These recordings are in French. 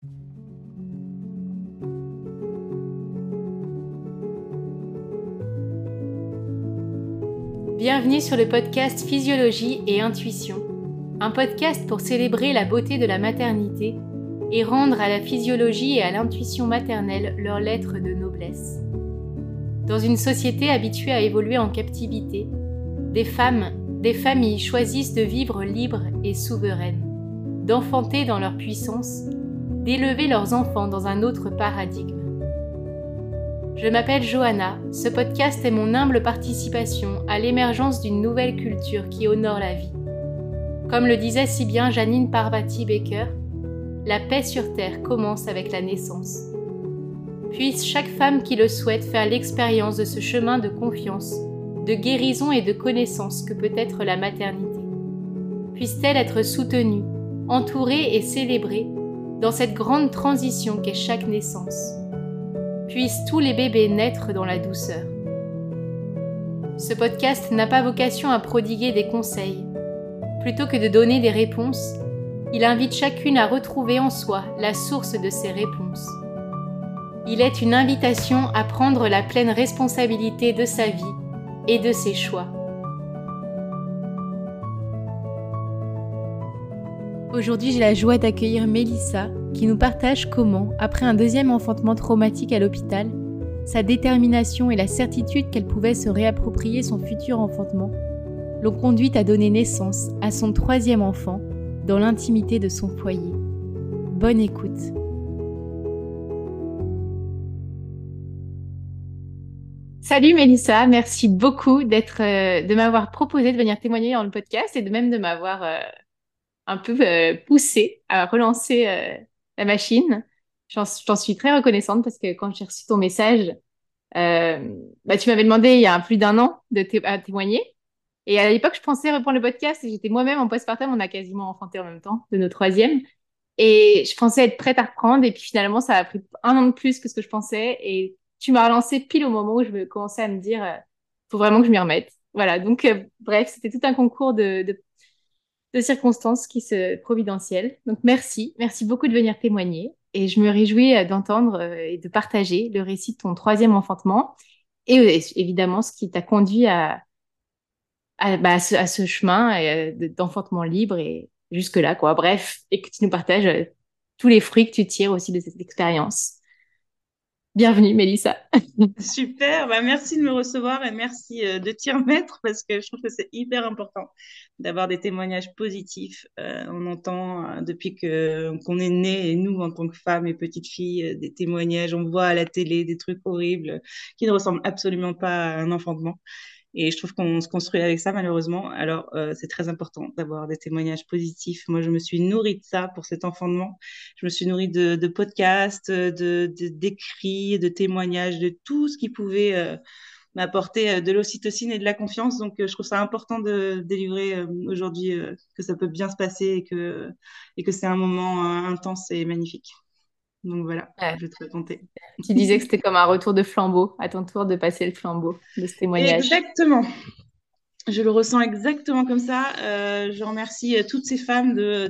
Bienvenue sur le podcast Physiologie et Intuition, un podcast pour célébrer la beauté de la maternité et rendre à la physiologie et à l'intuition maternelle leur lettre de noblesse. Dans une société habituée à évoluer en captivité, des femmes, des familles choisissent de vivre libres et souveraines, d'enfanter dans leur puissance, d'élever leurs enfants dans un autre paradigme. Je m'appelle Johanna, ce podcast est mon humble participation à l'émergence d'une nouvelle culture qui honore la vie. Comme le disait si bien Janine Parvati Baker, la paix sur terre commence avec la naissance. Puisse chaque femme qui le souhaite faire l'expérience de ce chemin de confiance, de guérison et de connaissance que peut être la maternité. Puisse-t-elle être soutenue, entourée et célébrée dans cette grande transition qu'est chaque naissance. Puissent tous les bébés naître dans la douceur. Ce podcast n'a pas vocation à prodiguer des conseils. Plutôt que de donner des réponses, il invite chacune à retrouver en soi la source de ces réponses. Il est une invitation à prendre la pleine responsabilité de sa vie et de ses choix. Aujourd'hui, j'ai la joie d'accueillir Mélissa, qui nous partage comment, après un deuxième enfantement traumatique à l'hôpital, sa détermination et la certitude qu'elle pouvait se réapproprier son futur enfantement l'ont conduite à donner naissance à son troisième enfant dans l'intimité de son foyer. Bonne écoute. Salut Mélissa, merci beaucoup de m'avoir proposé de venir témoigner dans le podcast et de même de m'avoir un peu poussée à relancer la machine. J'en suis très reconnaissante parce que quand j'ai reçu ton message, tu m'avais demandé il y a plus d'un an à témoigner. Et à l'époque, je pensais reprendre le podcast et j'étais moi-même en postpartum, on a quasiment enfanté en même temps de nos troisièmes. Et je pensais être prête à reprendre et puis finalement, ça a pris un an de plus que ce que je pensais. Et tu m'as relancé pile au moment où je me commençais à me dire, faut vraiment que je m'y remette. Voilà, donc bref, c'était tout un concours de circonstances providentielles. Donc merci beaucoup de venir témoigner et je me réjouis d'entendre et de partager le récit de ton troisième enfantement et évidemment ce qui t'a conduit à ce chemin d'enfantement libre et jusque-là, quoi. Bref, et que tu nous partages tous les fruits que tu tires aussi de cette expérience. Bienvenue, Mélissa. Super, merci de me recevoir et merci de t'y remettre parce que je trouve que c'est hyper important d'avoir des témoignages positifs. On entend depuis qu'on est né, et nous en tant que femmes et petites filles, des témoignages, on voit à la télé des trucs horribles qui ne ressemblent absolument pas à un enfantement. Et je trouve qu'on se construit avec ça, malheureusement. Alors, c'est très important d'avoir des témoignages positifs. Moi, je me suis nourrie de ça pour cet enfantement. Je me suis nourrie de podcasts, d'écrits, de témoignages, de tout ce qui pouvait m'apporter de l'ocytocine et de la confiance. Donc, je trouve ça important de délivrer aujourd'hui que ça peut bien se passer et que c'est un moment intense et magnifique. Donc voilà, Ouais. je vais te raconter. Tu disais que c'était comme un retour de flambeau, à ton tour de passer le flambeau de ce témoignage. Exactement. Je le ressens exactement comme ça. Je remercie toutes ces femmes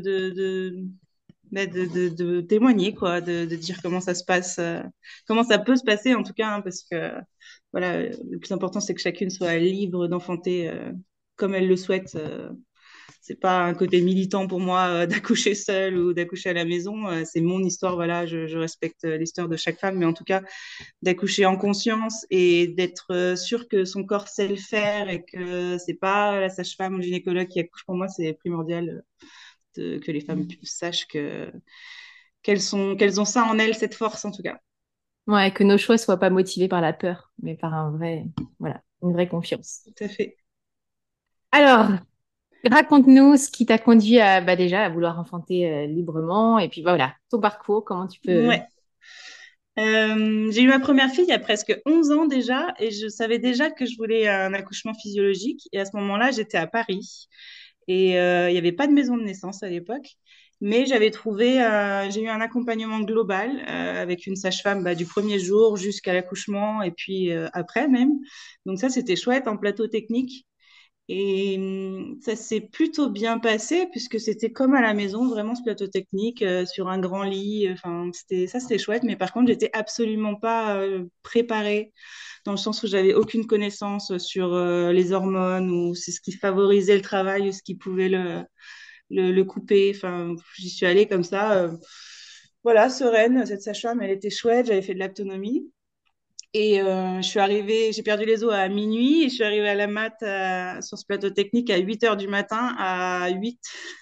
de témoigner, quoi, de dire comment ça se passe, comment ça peut se passer en tout cas, hein, parce que voilà, le plus important c'est que chacune soit libre d'enfanter comme elle le souhaite. C'est pas un côté militant pour moi d'accoucher seule ou d'accoucher à la maison. C'est mon histoire, voilà, je respecte l'histoire de chaque femme, mais en tout cas d'accoucher en conscience et d'être sûr que son corps sait le faire et que c'est pas la sage-femme ou le gynécologue qui accouche. Pour moi, c'est primordial que les femmes sachent qu'elles ont ça en elles, cette force en tout cas. Ouais, que nos choix soient pas motivés par la peur, mais par une vraie confiance. Tout à fait. Alors, raconte-nous ce qui t'a conduit déjà à vouloir enfanter librement et puis voilà, ton parcours, comment tu peux. Ouais. J'ai eu ma première fille il y a presque 11 ans déjà et je savais déjà que je voulais un accouchement physiologique. Et à ce moment-là, j'étais à Paris et il n'y avait pas de maison de naissance à l'époque. Mais j'ai eu un accompagnement global avec une sage-femme du premier jour jusqu'à l'accouchement et puis après même. Donc ça, c'était chouette en plateau technique. Et ça s'est plutôt bien passé puisque c'était comme à la maison, vraiment ce plateau technique sur un grand lit. Enfin, c'était chouette. Mais par contre, j'étais absolument pas préparée dans le sens où j'avais aucune connaissance sur les hormones ou c'est ce qui favorisait le travail ou ce qui pouvait le couper. Enfin, j'y suis allée comme ça. Voilà, sereine. Cette sage-femme, elle était chouette. J'avais fait de l'autonomie. Et je suis arrivée, j'ai perdu les os à minuit et je suis arrivée à la mat sur ce plateau technique à 8 heures du matin à 8.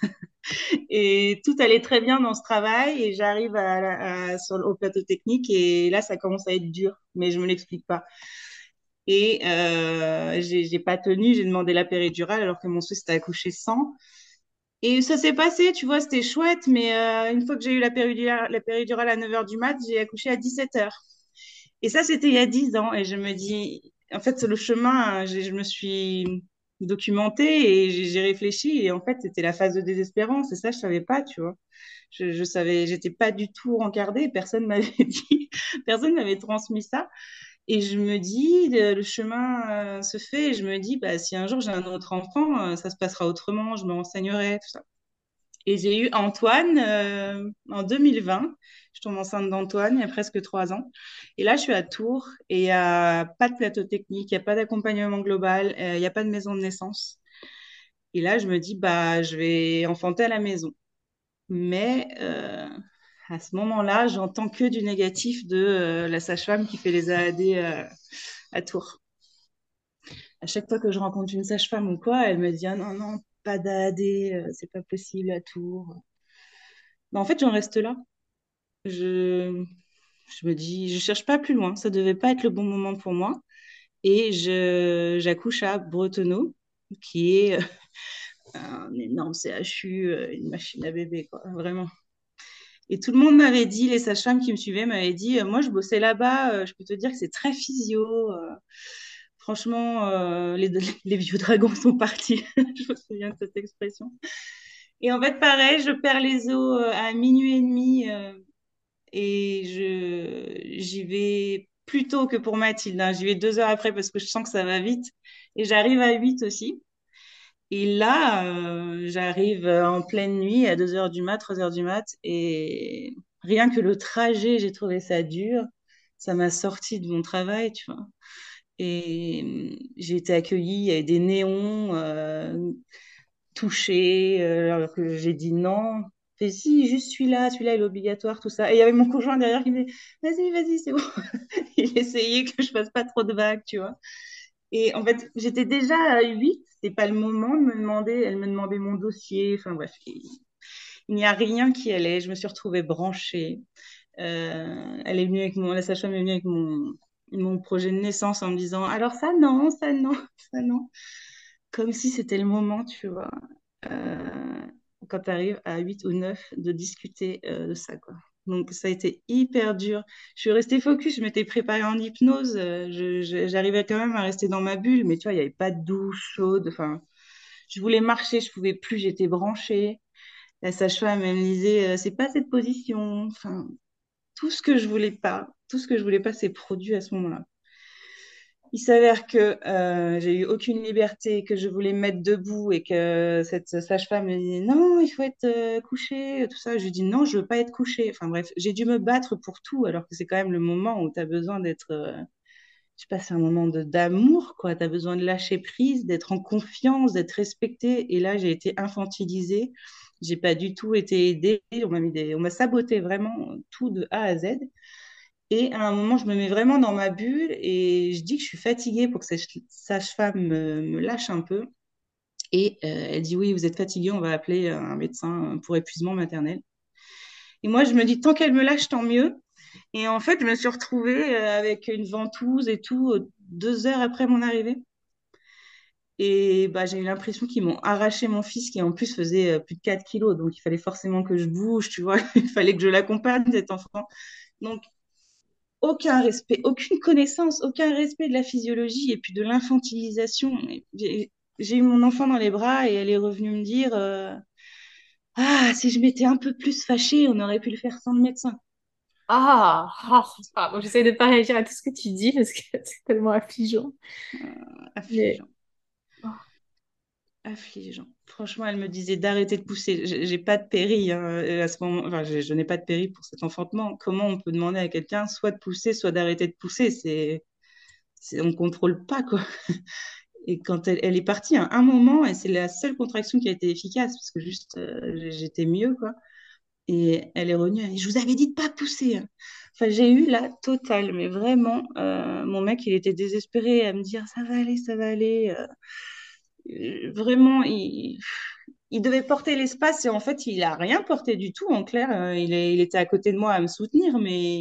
Et tout allait très bien dans ce travail et j'arrive au plateau technique et là, ça commence à être dur, mais je me l'explique pas. Et j'ai pas tenu, j'ai demandé la péridurale alors que mon fils était accouché sans. Et ça s'est passé, tu vois, c'était chouette, mais une fois que j'ai eu la péridurale à 9 heures du mat, j'ai accouché à 17 heures. Et ça, c'était il y a 10 ans. Et je me dis, en fait, c'est le chemin, je me suis documentée et j'ai réfléchi. Et en fait, c'était la phase de désespérance. Et ça, je savais pas, tu vois. Je savais, j'étais pas du tout rencardée. Personne m'avait dit, personne m'avait transmis ça. Et je me dis, le chemin se fait. Et je me dis, bah, si un jour j'ai un autre enfant, ça se passera autrement. Je me renseignerai, tout ça. Et j'ai eu Antoine en 2020. Je tombe enceinte d'Antoine il y a presque 3 ans. Et là, je suis à Tours et il n'y a pas de plateau technique, il n'y a pas d'accompagnement global, il n'y a pas de maison de naissance. Et là, je me dis, bah, je vais enfanter à la maison. Mais à ce moment-là, j'entends que du négatif de la sage-femme qui fait les AAD à Tours. À chaque fois que je rencontre une sage-femme ou quoi, elle me dit, ah non, non, pas d'AAD, c'est pas possible à Tours. Mais en fait, j'en reste là. Je, je me dis, je cherche pas plus loin. Ça devait pas être le bon moment pour moi. Et j'accouche à Bretonneau, qui est un énorme CHU, une machine à bébé, quoi, vraiment. Et tout le monde m'avait dit, les sages-femmes qui me suivaient m'avaient dit, moi je bossais là-bas, je peux te dire que c'est très physio. Franchement, les vieux dragons sont partis. Je me souviens de cette expression. Et en fait, pareil, je perds les os à minuit et demi. Et j'y vais plus tôt que pour Mathilde, hein. J'y vais 2 heures après parce que je sens que ça va vite. Et j'arrive à 8 aussi. Et là, j'arrive en pleine nuit à 2 heures du mat, 3 heures du mat. Et rien que le trajet, j'ai trouvé ça dur. Ça m'a sorti de mon travail, tu vois. Et j'ai été accueillie avec des néons touchée, alors que j'ai dit non. Fais si, juste celui-là il est obligatoire, tout ça. Et il y avait mon conjoint derrière qui me disait, vas-y, vas-y, c'est bon. Il essayait que je fasse pas trop de vagues, tu vois. Et en fait, j'étais déjà à 8, c'était pas le moment de me demander, elle me demandait mon dossier, enfin bref, il n'y a rien qui allait. Je me suis retrouvée branchée. Elle est venue avec la sage-femme est venue avec mon projet de naissance en me disant, alors ça non, ça non. Comme si c'était le moment, tu vois, euh, quand tu arrives à 8 ou 9 de discuter de ça, quoi. Donc, ça a été hyper dur. Je suis restée focus, je m'étais préparée en hypnose. J'arrivais quand même à rester dans ma bulle, mais tu vois, il n'y avait pas de douche chaude. Enfin, je voulais marcher, je pouvais plus, j'étais branchée. La sage-femme, elle me disait, c'est pas cette position. Enfin, tout ce que je voulais pas, tout ce que je voulais pas, c'est produit à ce moment-là. Il s'avère que j'ai eu aucune liberté, que je voulais me mettre debout et que cette sage-femme me dit non, il faut être couché, tout ça. Je lui dis non, je veux pas être couché. Enfin bref, j'ai dû me battre pour tout alors que c'est quand même le moment où tu as besoin d'être, je sais pas, c'est un moment d'amour, quoi. Tu as besoin de lâcher prise, d'être en confiance, d'être respecté. Et là, j'ai été infantilisée. J'ai pas du tout été aidée. On m'a saboté vraiment tout de A à Z. Et à un moment, je me mets vraiment dans ma bulle et je dis que je suis fatiguée pour que cette sage-femme me lâche un peu. Et elle dit oui, vous êtes fatiguée, on va appeler un médecin pour épuisement maternel. Et moi, je me dis tant qu'elle me lâche, tant mieux. Et en fait, je me suis retrouvée avec une ventouse et tout 2 heures après mon arrivée. Et bah, j'ai eu l'impression qu'ils m'ont arraché mon fils qui en plus faisait plus de 4 kilos. Donc il fallait forcément que je bouge, tu vois. Il fallait que je l'accompagne, cet enfant. Donc aucun respect, aucune connaissance, aucun respect de la physiologie et puis de l'infantilisation. J'ai eu mon enfant dans les bras et elle est revenue me dire ah, si je m'étais un peu plus fâchée, on aurait pu le faire sans le médecin. Bon, j'essaie de pas réagir à tout ce que tu dis parce que c'est tellement affligeant. Mais Affligeant. affligeant. Franchement, elle me disait d'arrêter de pousser. J'ai pas de péri hein, à ce moment. Enfin, je n'ai pas de péri pour cet enfantement. Comment on peut demander à quelqu'un soit de pousser, soit d'arrêter de pousser? On contrôle pas quoi. Et quand elle est partie à un moment, et c'est la seule contraction qui a été efficace, parce que juste j'étais mieux quoi. Et elle est revenue, elle dit, je vous avais dit de pas pousser, hein. Enfin, j'ai eu la totale, mais vraiment, mon mec, il était désespéré à me dire, ça va aller, ça va aller. Vraiment, il devait porter l'espace et en fait, il a rien porté du tout, en clair. Il était à côté de moi à me soutenir,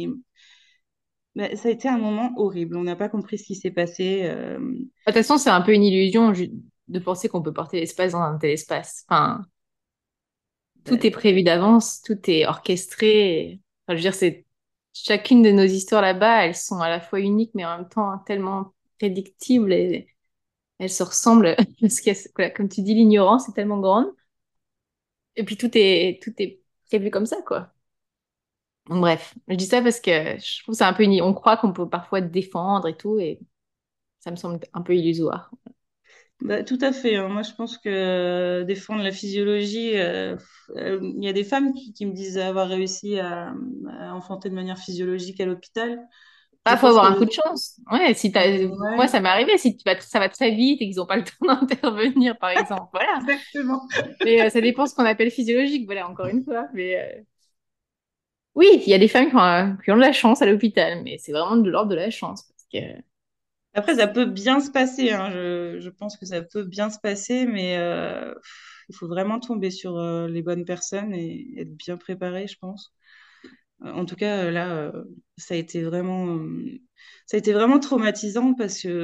mais ça a été un moment horrible. On n'a pas compris ce qui s'est passé. De toute façon, c'est un peu une illusion de penser qu'on peut porter l'espace dans un tel espace. Enfin, tout est Ben, prévu d'avance, tout est orchestré. Enfin, je veux dire, c'est chacune de nos histoires là-bas, elles sont à la fois uniques, mais en même temps tellement prédictibles et elles se ressemblent. Parce que, voilà, comme tu dis, l'ignorance est tellement grande. Et puis tout est prévu comme ça, quoi. Donc, bref, je dis ça parce que je trouve que c'est un peu on croit qu'on peut parfois défendre et tout, et ça me semble un peu illusoire. tout à fait, hein. Moi, je pense que défendre la physiologie, il y a des femmes qui me disent avoir réussi à enfanter de manière physiologique à l'hôpital. Je Ah, faut pense avoir que un coup de chance. Ouais, si moi, ouais, ça m'est arrivé. Si ça va très vite et qu'ils n'ont pas le temps d'intervenir, par exemple. Voilà. exactement. Mais ça dépend ce qu'on appelle physiologique. Voilà, encore une fois. Mais oui, il y a des femmes qui ont de la chance à l'hôpital, mais c'est vraiment de l'ordre de la chance. Parce que Après, ça peut bien se passer, hein. Je pense que ça peut bien se passer, mais il faut vraiment tomber sur les bonnes personnes et être bien préparé, je pense. En tout cas, là, ça a été ça a été vraiment traumatisant parce que,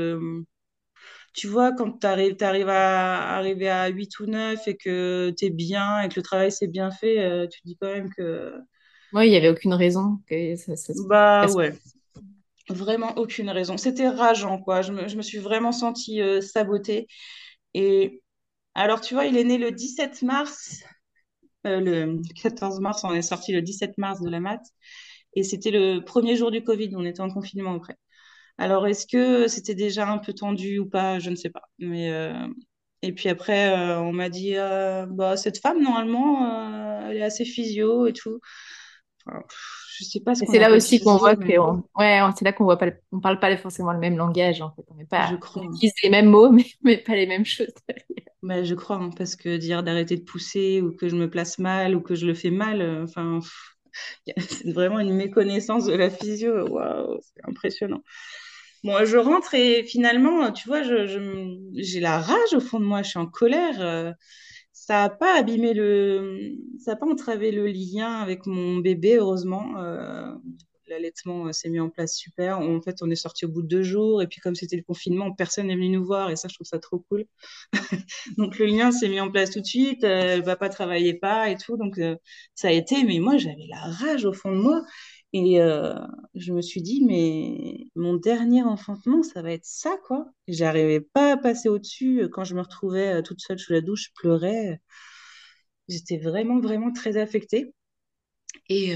tu vois, quand t'arrives à arriver à 8 ou 9 et que tu es bien et que le travail s'est bien fait, tu te dis quand même que, moi, il n'y avait aucune raison que ça se bah passe. ouais, vraiment aucune raison. C'était rageant, quoi. Je me suis vraiment sentie sabotée. Et alors, tu vois, il est né le 17 mars. Le 14 mars, on est sorti le 17 mars de la mat. Et c'était le premier jour du Covid. On était en confinement après. Alors, est-ce que c'était déjà un peu tendu ou pas? Je ne sais pas. Et puis après, on m'a dit, bah, cette femme, normalement, elle est assez physio et tout. Enfin, je sais pas ce Et qu'on c'est là appelle aussi qu'on physio, voit mais ouais, c'est là qu'on voit pas, on parle pas forcément le même langage, en fait. je On crois, hein. utilise les mêmes mots, mais pas les mêmes choses. Mais je crois, hein, parce que dire d'arrêter de pousser ou que je me place mal ou que je le fais mal, enfin, c'est vraiment une méconnaissance de la physio. Waouh, c'est impressionnant. Moi, je rentre et finalement, tu vois, j'ai la rage au fond de moi, je suis en colère. Ça n'a pas abîmé ça n'a pas entravé le lien avec mon bébé, heureusement. L'allaitement s'est mis en place super. En fait, on est sorti au bout de 2 jours et puis comme c'était le confinement, personne n'est venu nous voir et ça, je trouve ça trop cool. Donc le lien s'est mis en place tout de suite. Le papa travaillait pas et tout, donc ça a été. Mais moi, j'avais la rage au fond de moi. Et je me suis dit, mais mon dernier enfantement, ça va être ça, quoi. J'arrivais pas à passer au-dessus. Quand je me retrouvais toute seule sous la douche, je pleurais. J'étais vraiment, vraiment très affectée. Et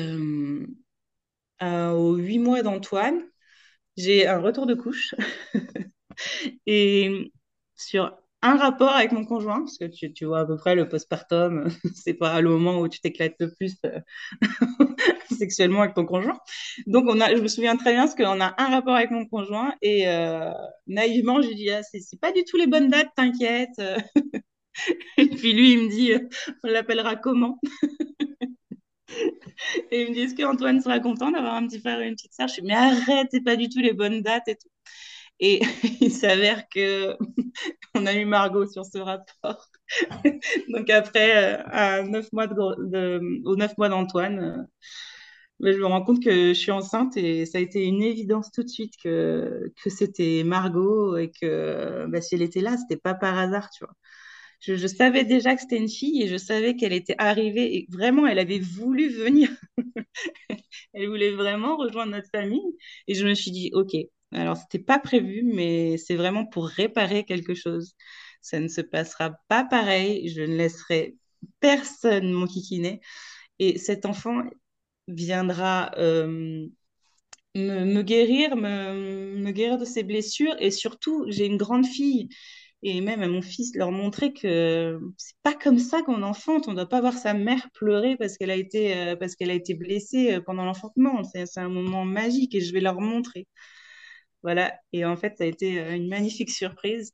aux 8 mois d'Antoine, j'ai un retour de couche. Et sur un rapport avec mon conjoint, parce que tu vois à peu près le postpartum, c'est pas le moment où tu t'éclates le plus sexuellement avec ton conjoint. Donc je me souviens très bien parce qu'on a un rapport avec mon conjoint et naïvement, je lui dis, ah, c'est pas du tout les bonnes dates, t'inquiète. Et puis lui, il me dit, on l'appellera comment? Et il me dit, est-ce qu'Antoine sera content d'avoir un petit frère et une petite sœur? Je suis, mais arrête, c'est pas du tout les bonnes dates et tout. Et il s'avère que on a eu Margot sur ce rapport. Donc après, à 9 mois aux 9 mois d'Antoine, mais je me rends compte que je suis enceinte et ça a été une évidence tout de suite que c'était Margot et que bah, si elle était là, c'était pas par hasard, tu vois. Je savais déjà que c'était une fille et je savais qu'elle était arrivée et vraiment, elle avait voulu venir. Elle voulait vraiment rejoindre notre famille et je me suis dit, OK, alors c'était pas prévu, mais c'est vraiment pour réparer quelque chose. Ça ne se passera pas pareil. Je ne laisserai personne mon kikiné. Et cet enfant viendra me guérir de ses blessures. Et surtout, j'ai une grande fille. et même à mon fils, leur montrer que c'est pas comme ça qu'on enfante. On doit pas voir sa mère pleurer parce qu'elle a été blessée pendant l'enfantement. C'est un moment magique et je vais leur montrer. Voilà. Et en fait, ça a été une magnifique surprise.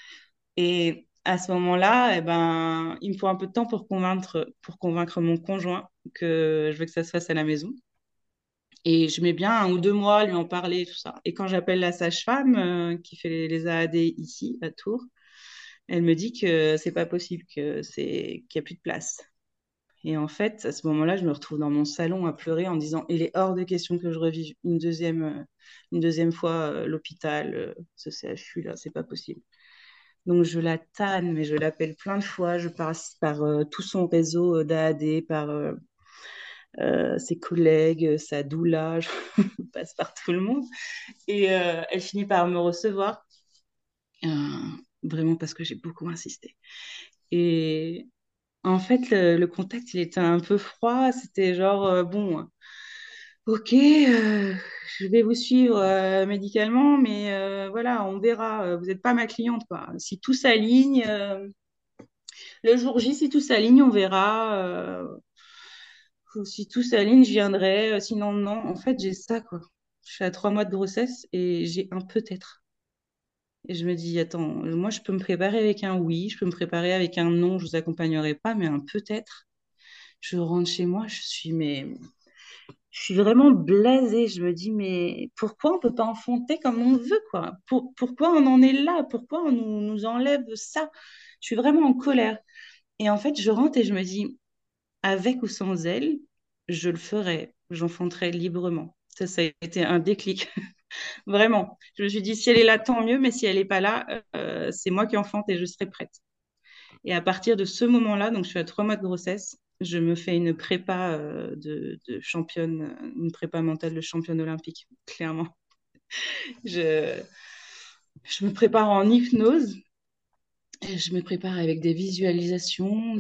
Et à ce moment-là, eh ben, il me faut un peu de temps pour convaincre mon conjoint que je veux que ça se fasse à la maison. Et je mets bien 1 ou 2 mois à lui en parler, tout ça. Et quand j'appelle la sage-femme qui fait les AAD ici, à Tours, elle me dit que c'est pas possible, qu'il y a plus de place. Et en fait, à ce moment-là, je me retrouve dans mon salon à pleurer en disant, il est hors de question que je revive une deuxième fois l'hôpital, ce CHU là, c'est pas possible. Donc je la tanne, mais je l'appelle plein de fois. Je passe par tout son réseau d'AAD, par ses collègues, sa doula, je passe par tout le monde. Et elle finit par me recevoir, euh, vraiment parce que j'ai beaucoup insisté. Et en fait, le contact, il était un peu froid. C'était genre, bon, ok, je vais vous suivre médicalement, mais voilà, on verra. Vous n'êtes pas ma cliente, quoi. Si tout s'aligne, le jour J, si tout s'aligne, on verra. Si tout s'aligne, je viendrai. Sinon, non. En fait, j'ai ça, quoi. Je suis à 3 mois de grossesse et j'ai un peut-être. Et je me dis, attends, moi, je peux me préparer avec un oui, je peux me préparer avec un non, je vous accompagnerai pas, mais un peut-être. Je rentre chez moi, je suis vraiment blasée. Je me dis, mais pourquoi on peut pas enfanter comme on veut, quoi? Pourquoi on en est là? Pourquoi on nous enlève ça? Je suis vraiment en colère. Et en fait, je rentre et je me dis, avec ou sans elle, je le ferai. J'enfanterai librement. Ça a été un déclic. Vraiment. Je me suis dit, si elle est là, tant mieux, mais si elle n'est pas là, c'est moi qui enfante et je serai prête. Et à partir de ce moment-là, donc je suis à 3 mois de grossesse, je me fais une prépa de championne, une prépa mentale de championne olympique, clairement. Je, je me prépare en hypnose, et je me prépare avec des visualisations,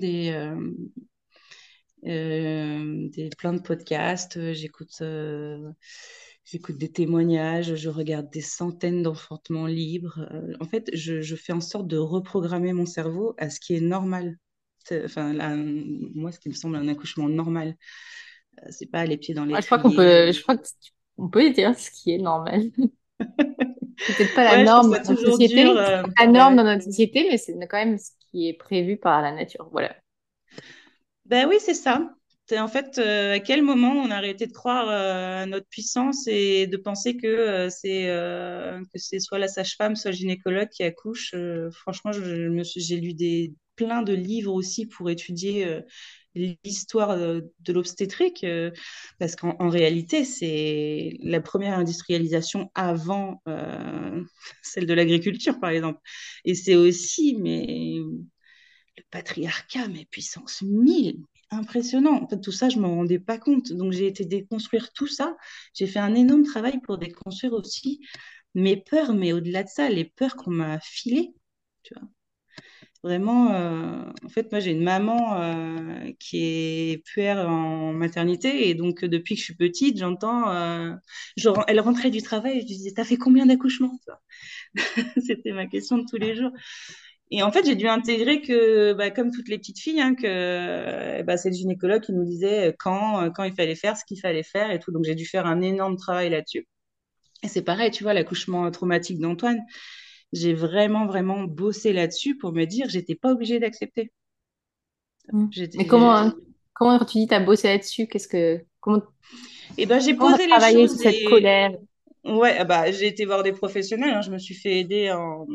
plein de podcasts, j'écoute des témoignages, je regarde des centaines d'enfantements libres. En fait, je fais en sorte de reprogrammer mon cerveau à ce qui est normal. Enfin, moi, ce qui me semble un accouchement normal. C'est pas les pieds dans Moi, je l'étrier. crois on peut dire ce qui est normal. C'est peut-être pas la Ouais, je trouve norme ça dans notre toujours dur. société, c'est pas la Bah norme ouais. dans notre société, mais c'est quand même ce qui est prévu par la nature. Voilà. Ben oui, c'est ça. C'est en fait à quel moment on a arrêté de croire à notre puissance et de penser que c'est soit la sage-femme, soit le gynécologue qui accouche. Franchement, j'ai lu plein de livres aussi pour étudier l'histoire de l'obstétrique parce qu'en réalité, c'est la première industrialisation avant celle de l'agriculture, par exemple. Et c'est aussi, mais le patriarcat, mais puissance 1000, impressionnant. En fait, tout ça, je ne m'en rendais pas compte. Donc, j'ai été déconstruire tout ça. J'ai fait un énorme travail pour déconstruire aussi mes peurs, mais au-delà de ça, les peurs qu'on m'a filées. Tu vois. Vraiment, en fait, moi, j'ai une maman qui est puère en maternité. Et donc, depuis que je suis petite, j'entends, elle rentrait du travail et je disais, t'as fait combien d'accouchements? C'était ma question de tous les jours. Et en fait, j'ai dû intégrer que, bah, comme toutes les petites filles, hein, que bah, c'est le gynécologue qui nous disait quand il fallait faire, ce qu'il fallait faire et tout. Donc, j'ai dû faire un énorme travail là-dessus. Et c'est pareil, tu vois, l'accouchement traumatique d'Antoine, j'ai vraiment, vraiment bossé là-dessus pour me dire, j'étais pas obligée d'accepter. Mm. Mais J'étais, comment tu dis, t'as bossé là-dessus? et ben, j'ai Comment t'as posé les travaillé choses sur cette colère? ouais, bah, j'ai été voir des professionnels, hein. Je me suis fait aider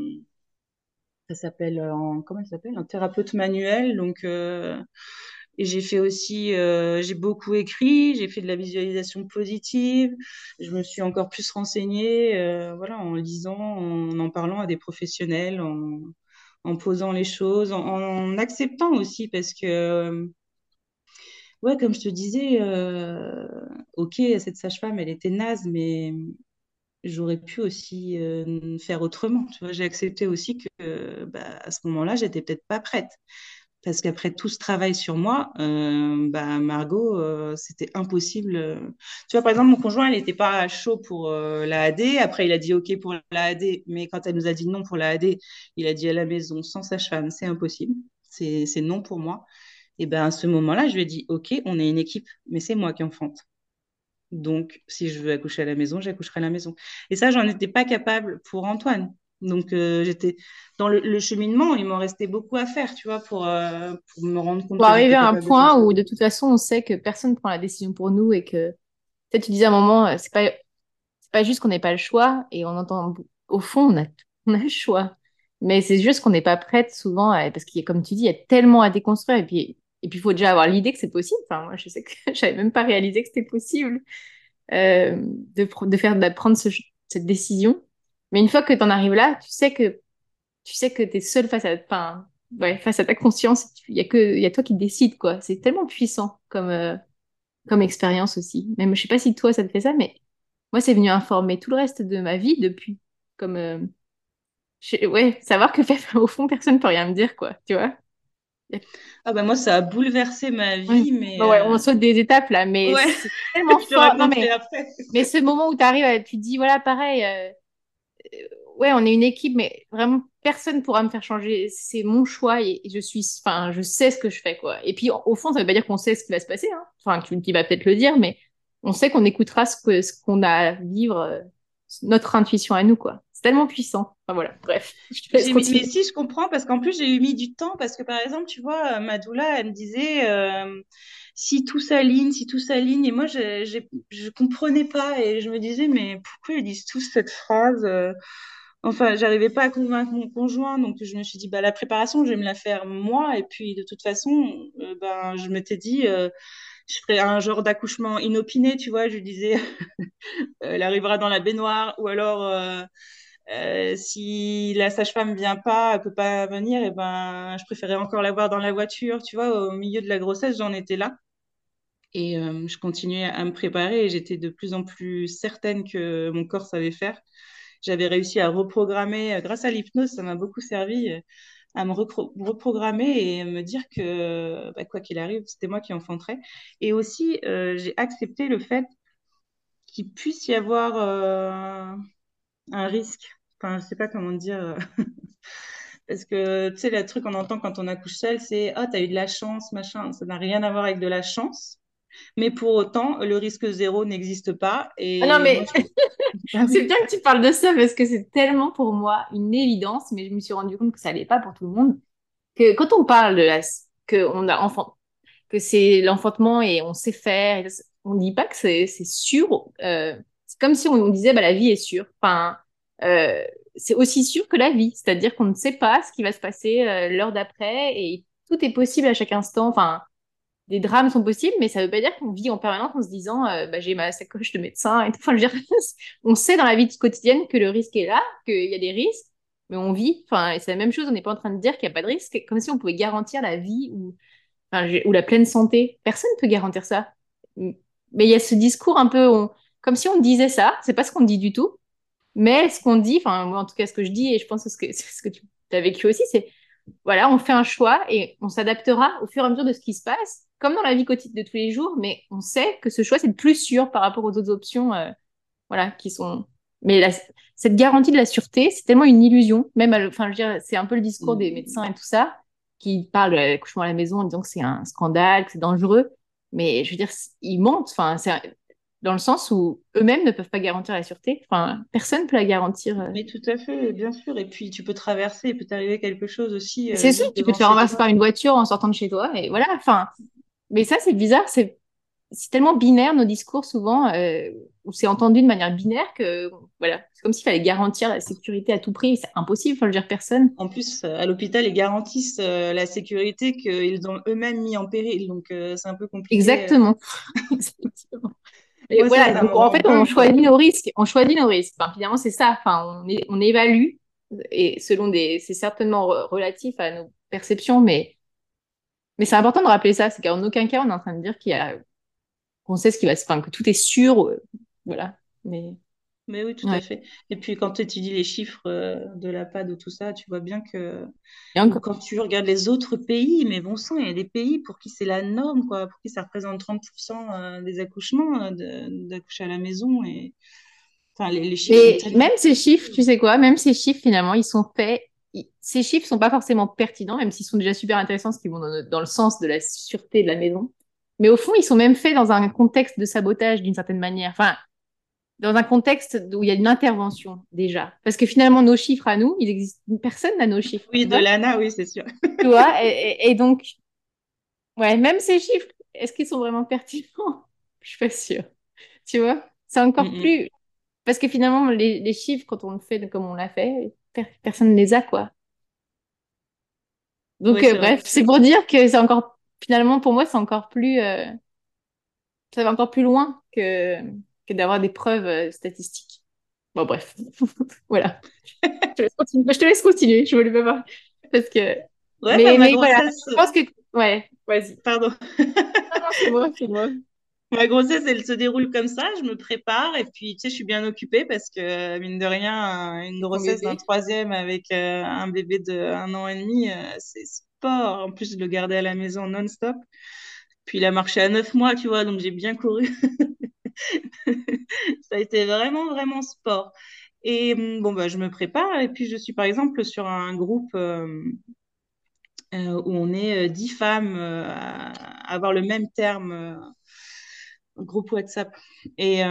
comment ça s'appelle? Un thérapeute manuel. Donc, et j'ai fait aussi, j'ai beaucoup écrit, j'ai fait de la visualisation positive, je me suis encore plus renseignée, voilà, en lisant, en parlant à des professionnels, en posant les choses, en acceptant aussi, parce que, ouais, comme je te disais, ok, cette sage-femme, elle était naze, mais j'aurais pu aussi faire autrement. Tu vois, j'ai accepté aussi que, bah, à ce moment-là, j'étais peut-être pas prête. parce qu'après tout ce travail sur moi, bah, Margot, c'était impossible. Tu vois, par exemple, mon conjoint, il n'était pas chaud pour la AD. Après, il a dit OK pour la AD. Mais quand elle nous a dit non pour la AD, il a dit à la maison, sans sage-femme, c'est impossible. C'est non pour moi. Et ben à ce moment-là, je lui ai dit OK, on est une équipe, mais c'est moi qui enfante. Donc, si je veux accoucher à la maison, j'accoucherai à la maison. Et ça, j'en étais pas capable pour Antoine. Donc, j'étais dans le cheminement, il m'en restait beaucoup à faire, tu vois, pour me rendre compte Pour que arriver j'étais à un capable de faire point ça. où de toute façon on sait que personne ne prend la décision pour nous et que peut-être tu disais à un moment, c'est pas juste qu'on n'ait pas le choix et on entend au fond on a le choix. Mais c'est juste qu'on n'est pas prête souvent parce qu'il y a, comme tu dis, il y a tellement à déconstruire et puis il faut déjà avoir l'idée que c'est possible. Enfin, moi je sais que j'avais même pas réalisé que c'était possible de faire de prendre cette décision. Mais une fois que tu en arrives là, tu sais que tu es seul enfin, ouais, face à ta conscience. Il y a toi qui décides, quoi. C'est tellement puissant comme expérience aussi. Même, je sais pas si toi, ça te fait ça, mais moi, c'est venu informer tout le reste de ma vie depuis. Comme, ouais, savoir que au fond, personne peut rien me dire, quoi. Tu vois? Y a- Ah bah moi, ça a bouleversé ma Ouais. vie, mais Bon, ouais, on saute des étapes là, mais ouais, c'est tellement je te fort. Non, raconterai après. mais ce moment où tu arrives, tu te dis, voilà, pareil. Ouais, on est une équipe, mais vraiment personne pourra me faire changer. C'est mon choix et je suis, enfin, je sais ce que je fais, quoi. Et puis, au fond, ça veut pas dire qu'on sait ce qui va se passer, hein. Enfin, tu vas peut-être le dire, mais on sait qu'on écoutera ce qu'on a à vivre, notre intuition à nous, quoi. C'est tellement puissant. Enfin, voilà. Bref, je te laisse Mais continuer. si je comprends, parce qu'en plus j'ai eu mis du temps, parce que par exemple, tu vois, ma doula, elle me disait si tout s'aligne, et moi je comprenais pas, et je me disais, mais pourquoi ils disent tous cette phrase enfin, j'arrivais pas à convaincre mon conjoint, donc je me suis dit, bah la préparation, je vais me la faire moi, et puis de toute façon, ben je m'étais dit, je ferais un genre d'accouchement inopiné, tu vois, je lui disais, elle arrivera dans la baignoire, ou alors si la sage-femme vient pas, elle peut pas venir, et ben, je préférais encore la voir dans la voiture. Tu vois, au milieu de la grossesse, j'en étais là. Et je continuais à me préparer et j'étais de plus en plus certaine que mon corps savait faire. J'avais réussi à reprogrammer, grâce à l'hypnose, ça m'a beaucoup servi à me reprogrammer et me dire que bah, quoi qu'il arrive, c'était moi qui enfanterais. Et aussi, j'ai accepté le fait qu'il puisse y avoir un risque. Enfin, je sais pas comment dire. Parce que, tu sais, le truc qu'on entend quand on accouche seul, c'est «Ah, t'as eu de la chance, machin». Ça n'a rien à voir avec de la chance. Mais pour autant, le risque zéro n'existe pas. Ah non, Et moi, mais je trouve... Ah c'est oui. bien que tu parles de ça parce que c'est tellement pour moi une évidence, mais je me suis rendu compte que ça l'est pas pour tout le monde. Que quand on parle que on a enfant, que c'est l'enfantement et on sait faire. On dit pas que c'est sûr. C'est comme si on disait bah la vie est sûre. Enfin, euh, c'est aussi sûr que la vie, c'est-à-dire qu'on ne sait pas ce qui va se passer l'heure d'après et tout est possible à chaque instant. Enfin, des drames sont possibles, mais ça veut pas dire qu'on vit en permanence en se disant bah, j'ai ma sacoche de médecin et tout. Enfin, je veux dire, on sait dans la vie quotidienne que le risque est là, qu'il y a des risques, mais on vit. Enfin, et c'est la même chose. On n'est pas en train de dire qu'il n'y a pas de risque, comme si on pouvait garantir la vie ou enfin, ou la pleine santé. Personne ne peut garantir ça. Mais il y a ce discours un peu, comme si on disait ça. C'est pas ce qu'on dit du tout. Mais ce qu'on dit, enfin, moi, en tout cas, ce que je dis, et je pense que c'est ce que tu as vécu aussi, c'est, voilà, on fait un choix et on s'adaptera au fur et à mesure de ce qui se passe, comme dans la vie quotidienne de tous les jours, mais on sait que ce choix, c'est le plus sûr par rapport aux autres options, voilà, qui sont... Mais cette garantie de la sûreté, c'est tellement une illusion. Même, enfin, je veux dire, c'est un peu le discours des médecins et tout ça, qui parlent de l'accouchement à la maison en disant que c'est un scandale, que c'est dangereux. Mais je veux dire, ils mentent. Enfin, c'est dans le sens où eux-mêmes ne peuvent pas garantir la sûreté. Enfin, personne ne peut la garantir. Mais tout à fait, bien sûr. Et puis, tu peux traverser, il peut t'arriver quelque chose aussi C'est sûr, juste tu peux devant te faire chez renverser toi. par une voiture en sortant de chez toi, et voilà. Enfin, mais ça, c'est bizarre. C'est tellement binaire nos discours souvent, où c'est entendu de manière binaire que voilà, c'est comme s'il fallait garantir la sécurité à tout prix. C'est impossible. Enfin, je veux dire, personne. En plus, à l'hôpital, ils garantissent la sécurité qu'ils ont eux-mêmes mis en péril. Donc, c'est un peu compliqué. Exactement. Exactement. Et Moi, voilà, ça donc me en rend fait, on dingue, quoi. choisit nos risques. On choisit nos risques. Enfin, finalement, c'est ça. Enfin, on évalue, et selon c'est certainement relatif à nos perceptions, mais c'est important de rappeler ça. C'est qu'en aucun cas, on est en train de dire qu'on sait ce qui va se, enfin, que tout est sûr. Voilà. Mais Mais oui, tout à Ouais. fait. Et puis quand tu étudies les chiffres de la PAD, tout ça, tu vois bien que... Et Ou encore. quand tu regardes les autres pays, mais bon sang, il y a des pays pour qui c'est la norme, quoi, pour qui ça représente 30% des accouchements, d'accoucher à la maison. Et... Enfin, les chiffres sont Mais tellement... même ces chiffres, tu sais quoi, même ces chiffres, finalement, ils sont faits. Ces chiffres sont pas forcément pertinents, même s'ils sont déjà super intéressants, parce qu'ils vont dans le sens de la sûreté de la maison. Mais au fond, ils sont même faits dans un contexte de sabotage d'une certaine manière. Enfin, dans un contexte où il y a une intervention déjà. Parce que finalement, nos chiffres à nous, il existe personne n'a nos chiffres, Oui, tu de vois? l'ANA, oui, c'est sûr. Tu vois? Et donc, ouais, même ces chiffres, est-ce qu'ils sont vraiment pertinents? Je suis pas sûre. Tu vois? C'est Mm, encore mm. plus. Parce que finalement, les chiffres, quand on le fait comme on l'a fait, personne ne les a, quoi. Donc, Oui, c'est vrai. bref, c'est pour dire que c'est encore. Finalement, pour moi, c'est encore plus. Ça va encore plus loin que d'avoir des preuves statistiques. Bon, bref. Voilà. Je te laisse continuer, je voulais pas voir. Parce que... Ouais, bah, ma Mais voilà, grossesse, je pense que... Ouais, vas-y. pardon. Non, non, c'est moi, c'est moi. Ma grossesse, elle se déroule comme ça. Je me prépare et puis, tu sais, je suis bien occupée parce que, mine de rien, une C'est ton grossesse d'un bébé. troisième avec un bébé de 1 an et demi, c'est sport. En plus, je le gardais à la maison non-stop. Puis, il a marché à 9 mois, tu vois, donc j'ai bien couru. Ça a été vraiment, vraiment sport. Et bon, bah, je me prépare et puis je suis par exemple sur un groupe où on est 10 femmes à avoir le même terme, un groupe WhatsApp. Et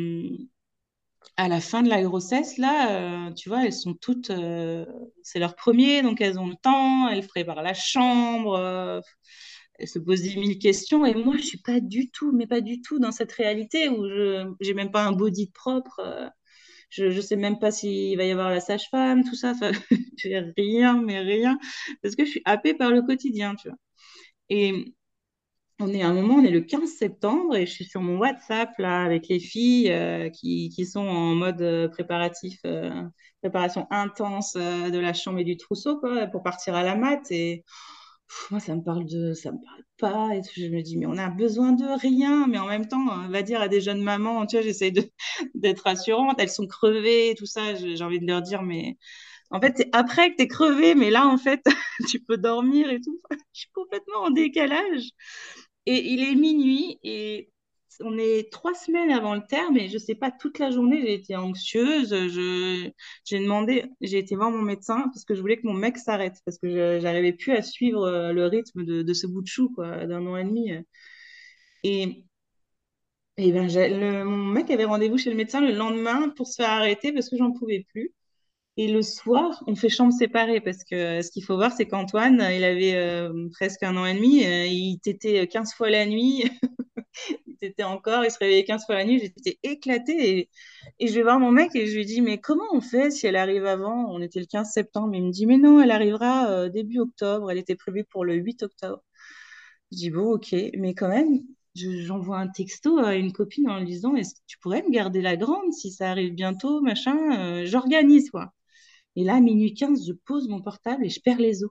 à la fin de la grossesse, là, tu vois, elles sont toutes, c'est leur premier, donc elles ont le temps, elles préparent la chambre, elles se posent 10 000 questions. Et moi, je suis pas du tout, mais pas du tout dans cette réalité où je j'ai même pas un body propre. Je sais même pas s'il va y avoir la sage-femme, tout ça. Enfin, j'ai rien, mais rien, parce que je suis happée par le quotidien, tu vois. Et on est à un moment, on est le 15 septembre et je suis sur mon WhatsApp là avec les filles qui sont en mode préparatif, préparation intense de la chambre et du trousseau quoi, pour partir à la mat. Et moi, ça me parle pas. Et tout. Je me dis, mais on a besoin de rien. Mais en même temps, on va dire à des jeunes mamans, tu vois, j'essaie d'être rassurante. Elles sont crevées, et tout ça. J'ai envie de leur dire, mais en fait, c'est après que t'es crevé, mais là, en fait, tu peux dormir et tout. Je suis complètement en décalage. Et il est minuit et on est 3 semaines avant le terme et je sais pas, toute la journée, j'ai été anxieuse. J'ai demandé, j'ai été voir mon médecin parce que je voulais que mon mec s'arrête parce que j'arrivais plus à suivre le rythme de ce bout de chou, quoi, d'1 an et demi. Et, et ben, mon mec avait rendez-vous chez le médecin le lendemain pour se faire arrêter parce que j'en pouvais plus. Et le soir, on fait chambre séparée parce que ce qu'il faut voir, c'est qu'Antoine, il avait presque 1 an et demi, il tétait 15 fois la nuit, il tétait encore, il se réveillait 15 fois la nuit, j'étais éclatée. Et je vais voir mon mec et je lui dis, mais comment on fait si elle arrive avant? On était le 15 septembre, il me dit, mais non, elle arrivera début octobre, elle était prévue pour le 8 octobre. Je dis, bon, ok, mais quand même, j'envoie un texto à une copine en lui disant, est-ce que tu pourrais me garder la grande si ça arrive bientôt, machin, j'organise, quoi. Et là, à minuit 15, je pose mon portable et je perds les os.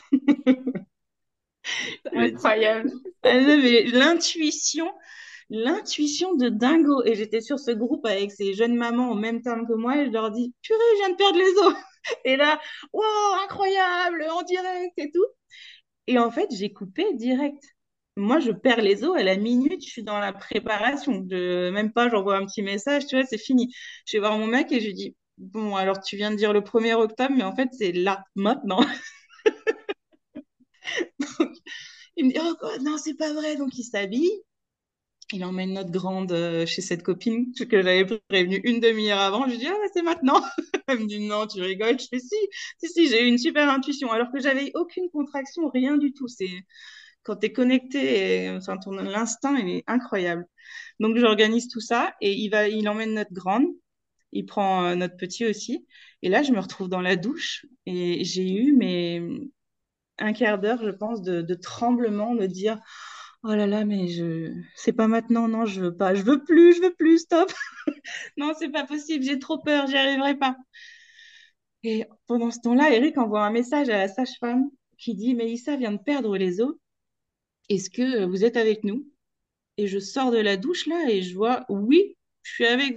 C'est Je me dis, incroyable. ah non, mais l'intuition de dingo. Et j'étais sur ce groupe avec ces jeunes mamans au même terme que moi et je leur dis, purée, je viens de perdre les os. Et là, wow, incroyable, en direct et tout. Et en fait, j'ai coupé direct. Moi, je perds les os à la minute, je suis dans la préparation. Même pas, j'envoie un petit message, tu vois, c'est fini. Je vais voir mon mec et je lui dis, bon, alors tu viens de dire le 1er octobre, mais en fait, c'est là, maintenant. Il me dit, oh quoi, non, c'est pas vrai. Donc il s'habille. Il emmène notre grande chez cette copine que j'avais prévenue une demi-heure avant. Je lui dis, ah, bah, c'est maintenant. Elle me dit, non, tu rigoles. Je fais, si, j'ai eu une super intuition. Alors que j'avais aucune contraction, rien du tout. C'est quand tu es connecté, enfin, l'instinct, il est incroyable. Donc j'organise tout ça et il emmène notre grande. Il prend notre petit aussi. Et là, je me retrouve dans la douche et j'ai eu un quart d'heure, je pense, de tremblement, de dire, oh là là, mais c'est pas maintenant, non, je veux pas, je veux plus, stop. Non, c'est pas possible, j'ai trop peur, j'y arriverai pas. Et pendant ce temps-là, Eric envoie un message à la sage-femme qui dit, Mélissa vient de perdre les os, est-ce que vous êtes avec nous? Et je sors de la douche là et je vois, oui, je suis avec vous.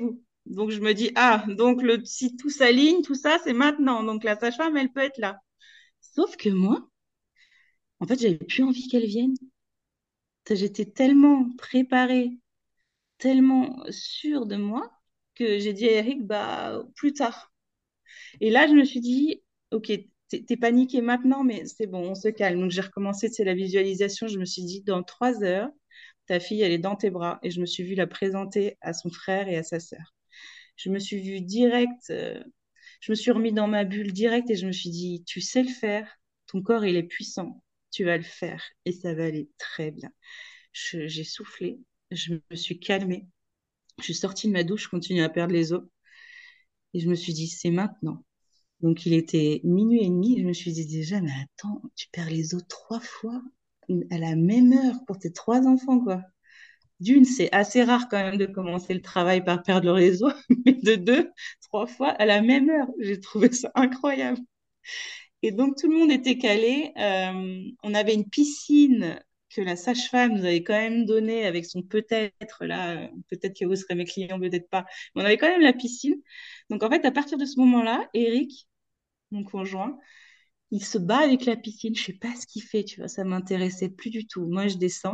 Donc, je me dis, ah, donc si tout s'aligne, tout ça, c'est maintenant. Donc, la sage-femme, elle peut être là. Sauf que moi, en fait, j'avais plus envie qu'elle vienne. J'étais tellement préparée, tellement sûre de moi que j'ai dit à Eric, bah, plus tard. Et là, je me suis dit, ok, t'es paniqué maintenant, mais c'est bon, on se calme. Donc, j'ai recommencé, c'est la visualisation. Je me suis dit, dans 3 heures, ta fille, elle est dans tes bras. Et je me suis vue la présenter à son frère et à sa sœur. Je me suis vue direct, je me suis remis dans ma bulle direct et je me suis dit, tu sais le faire, ton corps, il est puissant, tu vas le faire et ça va aller très bien. J'ai soufflé, je me suis calmée, je suis sortie de ma douche, je continue à perdre les os et je me suis dit, c'est maintenant. Donc il était minuit et demi, et je me suis dit déjà, mais attends, tu perds les os 3 fois à la même heure pour tes 3 enfants, quoi. D'une, c'est assez rare quand même de commencer le travail par perdre le réseau, mais de 2, 3 fois à la même heure. J'ai trouvé ça incroyable. Et donc, tout le monde était calé. On avait une piscine que la sage-femme nous avait quand même donnée avec son peut-être, là, peut-être que vous serez mes clients, peut-être pas. Mais on avait quand même la piscine. Donc, en fait, à partir de ce moment-là, Eric, mon conjoint, il se bat avec la piscine. Je sais pas ce qu'il fait, tu vois, ça m'intéressait plus du tout. Moi, je descends.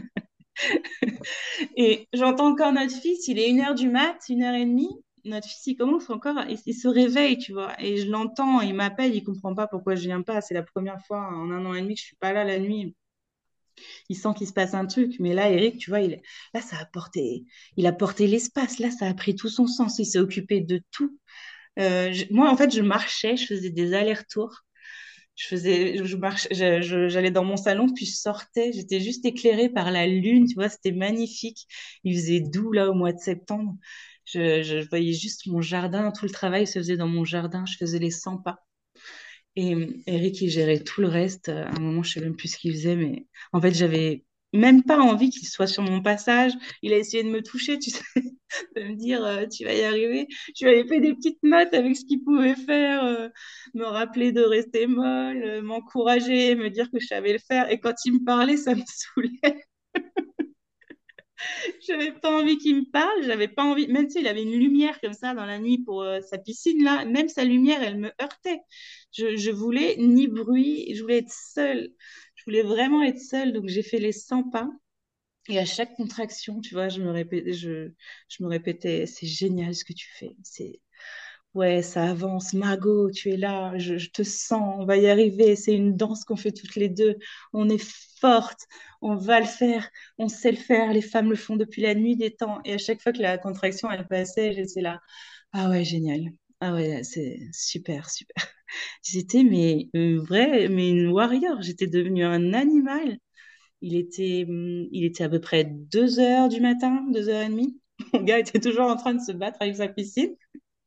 Et j'entends encore notre fils, il est 1 heure du mat, 1 heure et demie. Notre fils, il commence encore, il se réveille, tu vois. Et je l'entends, il m'appelle, il comprend pas pourquoi je viens pas. C'est la première fois en 1 an et demi que je suis pas là la nuit. Il sent qu'il se passe un truc. Mais là, Eric, tu vois, là, il a porté l'espace. Là, ça a pris tout son sens. Il s'est occupé de tout. Moi, en fait, je marchais, je faisais des allers-retours. J'allais dans mon salon, puis je sortais. J'étais juste éclairée par la lune, tu vois, c'était magnifique. Il faisait doux là au mois de septembre. Je voyais juste mon jardin, tout le travail se faisait dans mon jardin. Je faisais les 100 pas. Et Eric, il gérait tout le reste. À un moment, je sais même plus ce qu'il faisait, mais en fait, j'avais même pas envie qu'il soit sur mon passage. Il a essayé de me toucher, tu sais, de me dire, tu vas y arriver. Je lui avais fait des petites notes avec ce qu'il pouvait faire, me rappeler de rester molle, m'encourager, me dire que je savais le faire. Et quand il me parlait, ça me saoulait. J'avais pas envie qu'il me parle, j'avais pas envie, même si il avait une lumière comme ça dans la nuit pour sa piscine là, même sa lumière, elle me heurtait. Je voulais ni bruit, je voulais être seule. Je voulais vraiment être seule, donc j'ai fait les 100 pas. Et à chaque contraction, tu vois, je me répétais, c'est génial ce que tu fais. Ouais, ça avance. Margot, tu es là, je te sens, on va y arriver. C'est une danse qu'on fait toutes les deux. On est forte, on va le faire, on sait le faire. Les femmes le font depuis la nuit des temps. Et à chaque fois que la contraction, elle passait, j'étais là. Ah ouais, génial. Ah ouais, c'est super, super. J'étais mais une warrior. J'étais devenue un animal. Il était à peu près 2 heures du matin, 2 heures et demie. Mon gars était toujours en train de se battre avec sa piscine.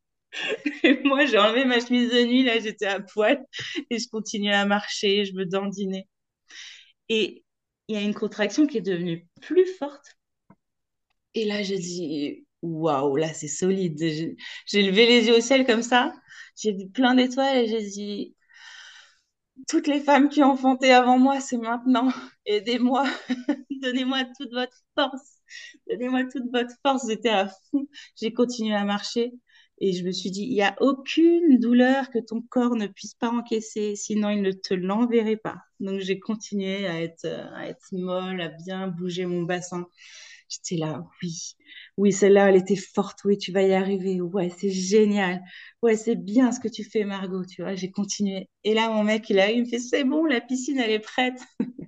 Et moi, j'ai enlevé ma chemise de nuit, là, j'étais à poil et je continuais à marcher, je me dandinais. Et il y a une contraction qui est devenue plus forte. Et là, je dis, waouh, là, c'est solide. J'ai levé les yeux au ciel comme ça. J'ai vu plein d'étoiles et j'ai dit, toutes les femmes qui ont enfanté avant moi, c'est maintenant. Aidez-moi. Donnez-moi toute votre force. Donnez-moi toute votre force. J'étais à fond. J'ai continué à marcher et je me suis dit, il n'y a aucune douleur que ton corps ne puisse pas encaisser, sinon il ne te l'enverrait pas. Donc j'ai continué à être molle, à bien bouger mon bassin. J'étais là, oui, oui, celle-là, elle était forte, oui, tu vas y arriver, ouais, c'est génial, ouais, c'est bien ce que tu fais, Margot, tu vois, j'ai continué. Et là, mon mec, il me fait, c'est bon, la piscine, elle est prête.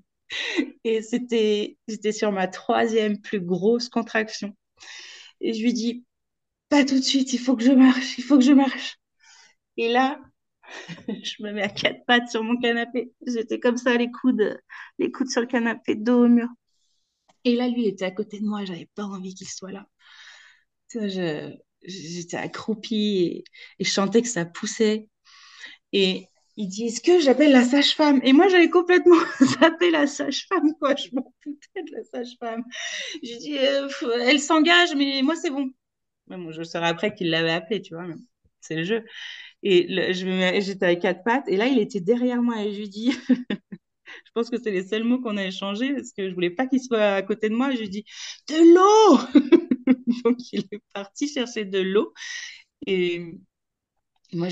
Et j'étais sur ma troisième plus grosse contraction. Et je lui dis, pas tout de suite, il faut que je marche, il faut que je marche. Et là, je me mets à 4 pattes sur mon canapé. J'étais comme ça, les coudes sur le canapé, dos au mur. Et là, lui, il était à côté de moi, j'avais pas envie qu'il soit là. Tu vois, j'étais accroupie et je sentais que ça poussait. Et il dit, est-ce que j'appelle la sage-femme? Et moi, j'avais complètement zappé la sage-femme, quoi. Je m'en foutais de la sage-femme. J'ai dit, elle s'engage, mais moi, c'est bon. Mais bon, je saurais après qu'il l'avait appelé, tu vois. Mais c'est le jeu. Et j'étais à 4 pattes. Et là, il était derrière moi. Et je lui dis, Je pense que c'est les seuls mots qu'on a échangés parce que je voulais pas qu'il soit à côté de moi. Je lui dis de l'eau. Donc il est parti chercher de l'eau et moi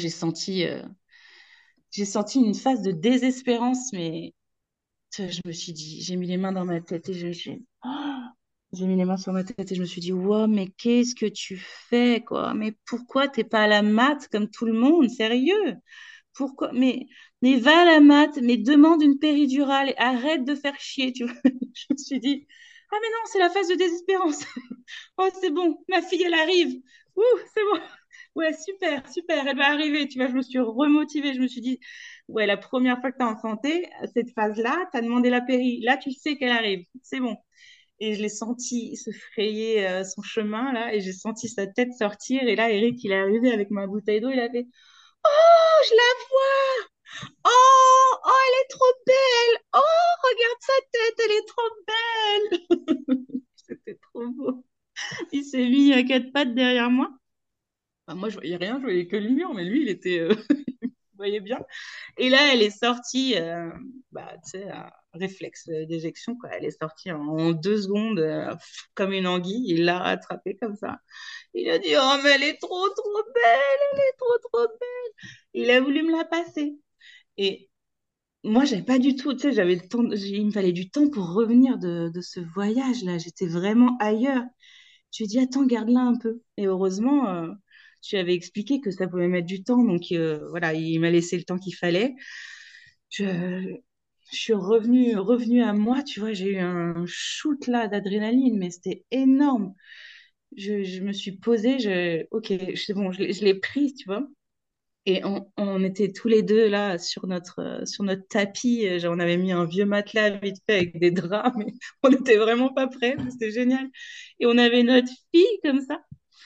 j'ai senti une phase de désespérance, mais je me suis dit, j'ai mis les mains dans ma tête et je me suis j'ai mis les mains sur ma tête et je me suis dit, wow, mais qu'est-ce que tu fais, quoi? Mais pourquoi t'es pas à la mat comme tout le monde? Sérieux? Pourquoi? Mais va à la mat, mais demande une péridurale et arrête de faire chier, tu vois. Je me suis dit, ah, mais non, c'est la phase de désespérance. Oh, c'est bon, ma fille, elle arrive. Ouh, c'est bon. Ouais, super, super, elle va arriver. Tu vois, je me suis remotivée. Je me suis dit, ouais, la première fois que tu as enfanté, cette phase-là, tu as demandé la péri. Là, tu sais qu'elle arrive. C'est bon. Et je l'ai senti se frayer son chemin, là, et j'ai senti sa tête sortir. Et là, Eric, il est arrivé avec ma bouteille d'eau. Il a fait, oh, je la vois. Oh, oh, elle est trop belle. Oh, regarde sa tête, elle est trop belle. C'était trop beau. Il s'est mis à quatre pattes derrière moi. Enfin, moi, je voyais rien, je voyais que le mur, mais lui, il était, vous voyez bien. Et là, elle est sortie, bah, tu sais, réflexe d'éjection, quoi. Elle est sortie en 2 secondes, comme une anguille. Il l'a rattrapée comme ça. Il a dit, oh, mais elle est trop, trop belle, elle est trop, trop belle. Il a voulu me la passer. Et moi, j'avais pas du tout, tu sais, j'avais le temps, il me fallait du temps pour revenir de ce voyage-là. J'étais vraiment ailleurs. Je lui ai dit, attends, garde-la un peu. Et heureusement, tu avais expliqué que ça pouvait mettre du temps. Donc, voilà, il m'a laissé le temps qu'il fallait. Je, je suis revenue à moi, tu vois, j'ai eu un shoot là d'adrénaline, mais c'était énorme. Je me suis posée, ok, c'est bon, je l'ai prise, tu vois. Et on était tous les deux là sur notre tapis. On avait mis un vieux matelas vite fait avec des draps, mais on n'était vraiment pas prêts. C'était génial. Et on avait notre fille comme ça.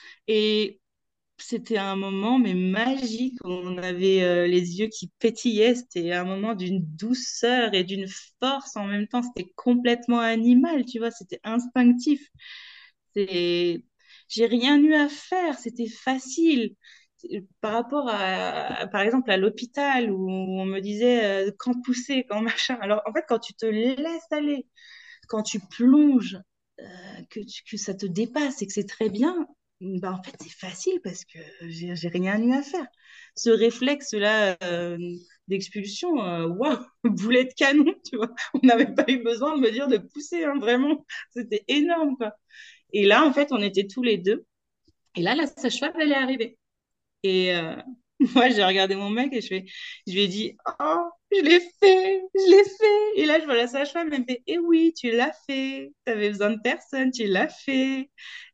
Et c'était un moment mais magique. On avait les yeux qui pétillaient. C'était un moment d'une douceur et d'une force en même temps. C'était complètement animal, tu vois. C'était instinctif. C'est, j'ai rien eu à faire. C'était facile. Par rapport par exemple, à l'hôpital où on me disait quand pousser, quand machin. Alors, en fait, quand tu te laisses aller, quand tu plonges, que ça te dépasse et que c'est très bien, bah en fait, c'est facile parce que j'ai rien eu à faire. Ce réflexe-là d'expulsion, waouh, boulet de canon, tu vois. On n'avait pas eu besoin de me dire de pousser, hein, vraiment. C'était énorme, quoi. Et là, en fait, on était tous les deux. Et là, la sage-femme, elle est arrivée. Et moi, j'ai regardé mon mec et je lui ai dit, oh, je l'ai fait, je l'ai fait. Et là, je vois la sage-femme, elle me fait, eh oui, tu l'as fait. Tu avais besoin de personne, tu l'as fait.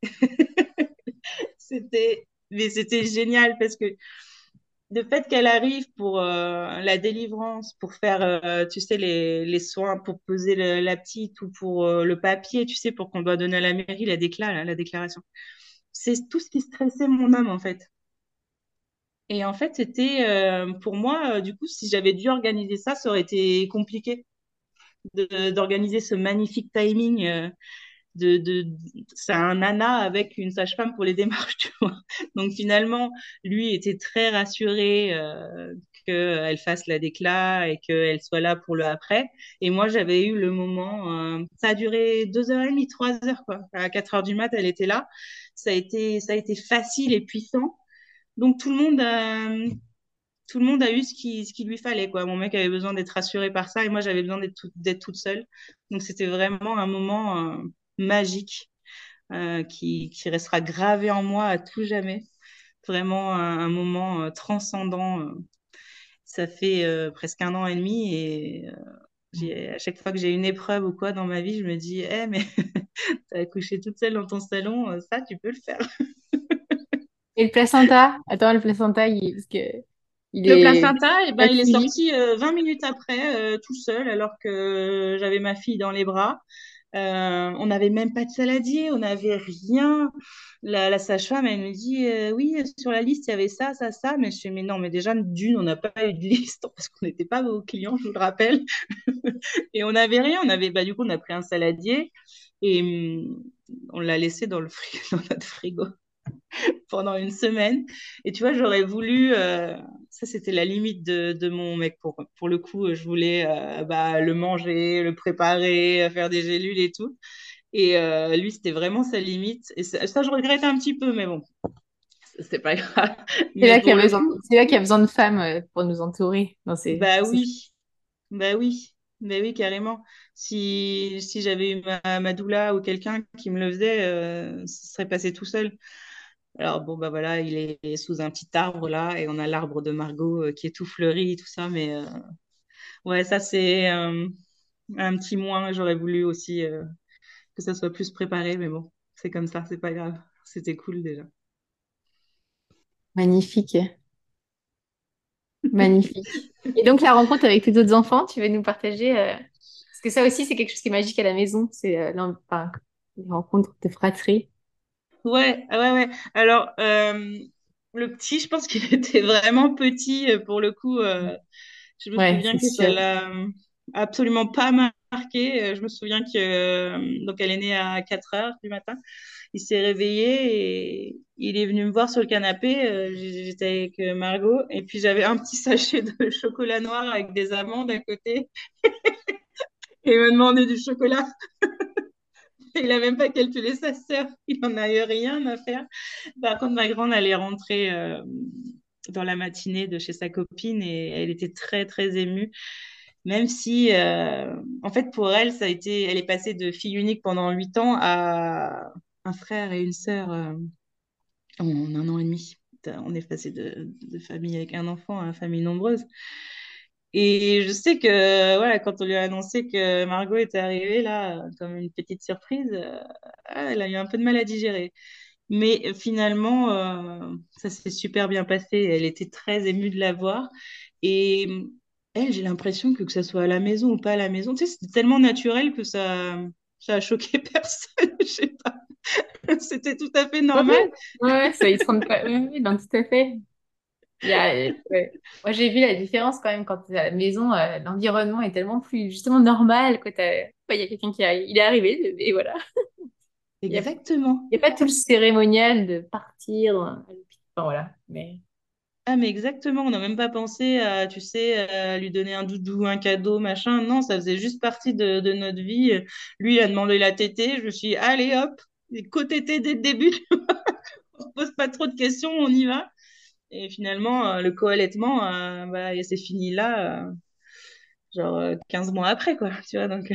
Mais c'était génial parce que le fait qu'elle arrive pour la délivrance, pour faire, tu sais, les soins, pour poser la petite ou pour le papier, tu sais, pour qu'on doit donner à la mairie la déclaration. C'est tout ce qui stressait mon âme, en fait. Et en fait, c'était pour moi, du coup, si j'avais dû organiser ça, ça aurait été compliqué d'organiser ce magnifique timing. De, c'est un nana avec une sage-femme pour les démarches, tu vois. Donc finalement, lui était très rassuré qu'elle fasse la décla et qu'elle soit là pour le après. Et moi, j'avais eu le moment, ça a duré 2h30, 3 heures, quoi. À 4 heures du mat, elle était là. Ça a été facile et puissant. Donc tout le monde a eu ce qui lui fallait, quoi. Mon mec avait besoin d'être rassuré par ça et moi j'avais besoin d'être toute seule. Donc c'était vraiment un moment magique qui restera gravé en moi à tout jamais. Vraiment un moment transcendant. Ça fait presque 1 an et demi et à chaque fois que j'ai une épreuve ou quoi dans ma vie, je me dis, eh, mais t'as accouché toute seule dans ton salon, ça, tu peux le faire. Et le placenta? Attends, le placenta, parce que il Le est placenta, eh ben, pas il est suivi. sorti 20 minutes après, tout seul, alors que j'avais ma fille dans les bras. On n'avait même pas de saladier, on n'avait rien. La sage-femme, elle me dit, oui, sur la liste, il y avait ça, ça, ça. Mais je fais, mais non, mais déjà, d'une, on n'a pas eu de liste parce qu'on n'était pas vos clients, je vous le rappelle. Et on n'avait rien. On avait, bah, du coup, on a pris un saladier et on l'a laissé dans dans notre frigo. pendant une semaine. Et tu vois, j'aurais voulu, ça c'était la limite de mon mec. Pour le coup, je voulais bah, le manger, le préparer, faire des gélules et tout. Et lui, c'était vraiment sa limite. Et ça, je regrette un petit peu, mais bon, c'est pas grave. C'est Mais là qu'il y a pour le besoin, coup, c'est là qu'il y a besoin de femmes pour nous entourer dans bah ces... oui, bah oui, bah oui, carrément. Si j'avais eu ma doula ou quelqu'un qui me le faisait, ça serait passé tout seul. Alors bon, bah voilà, il est sous un petit arbre là, et on a l'arbre de Margot qui est tout fleuri, tout ça, mais ouais, ça c'est un petit moins. J'aurais voulu aussi que ça soit plus préparé, mais bon, c'est comme ça, c'est pas grave. C'était cool déjà. Magnifique, magnifique. Et donc la rencontre avec tes autres enfants, tu veux nous partager parce que ça aussi c'est quelque chose qui est magique à la maison, c'est enfin, les rencontres de fratrie. Ouais, ah ouais, ouais. Alors, le petit, je pense qu'il était vraiment petit pour le coup. Je me Ouais, c'est souviens que ça sûr. l'a absolument pas marqué. Je me souviens que donc elle est née à 4 heures du matin. Il s'est réveillé et il est venu me voir sur le canapé. J'étais avec Margot et puis j'avais un petit sachet de chocolat noir avec des amandes à côté et il m'a demandé du chocolat. Il a même pas calculé sa sœur. Il en a eu rien à faire. Par contre, ma grande, elle est rentrée dans la matinée de chez sa copine et elle était très, très émue. Même si, en fait, pour elle, ça a été, elle est passée de fille unique pendant 8 ans à un frère et une sœur en un an et demi. On est passé de famille avec un enfant à famille nombreuse. Et je sais que voilà, quand on lui a annoncé que Margot était arrivée là, comme une petite surprise, elle a eu un peu de mal à digérer. Mais finalement, ça s'est super bien passé. Elle était très émue de la voir. Et elle, j'ai l'impression que ce soit à la maison ou pas à la maison, tu sais, c'était tellement naturel que ça a choqué personne. Je sais pas. C'était tout à fait Oui, normal. ouais, ça, ils se rendent pas. Oui, oui, non, tout à fait. Il y a, ouais. Moi, j'ai vu la différence quand même quand tu es à la maison. L'environnement est tellement plus justement normal. Quoi, il y a quelqu'un qui arrive. Il est arrivé et voilà. Il y a, Exactement. il y a pas tout le cérémonial de partir à l'hôpital. Enfin, voilà. Mais Ah, mais exactement, on n'a même pas pensé à, tu sais, à lui donner un doudou, un cadeau, machin. Non, ça faisait juste partie de notre vie. Lui, il a demandé la tétée. Je me suis dit, allez, hop, co-tétée dès le début. On se pose pas trop de questions, on y va. Et finalement, le co-allaitement, bah, c'est fini là, genre 15 mois après, quoi. Tu vois, donc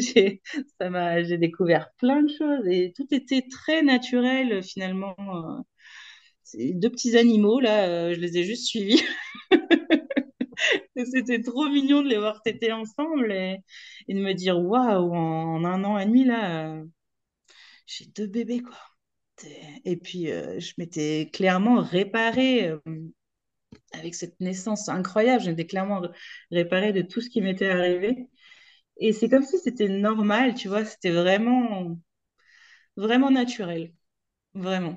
j'ai découvert plein de choses et tout était très naturel finalement. Ces deux petits animaux là, je les ai juste suivis. Et c'était trop mignon de les voir téter ensemble et de me dire waouh, en un an et demi là, j'ai deux bébés quoi. Et puis je m'étais clairement réparée avec cette naissance incroyable. Je m'étais clairement réparée de tout ce qui m'était arrivé. Et c'est comme si c'était normal, tu vois, c'était vraiment, vraiment naturel, vraiment.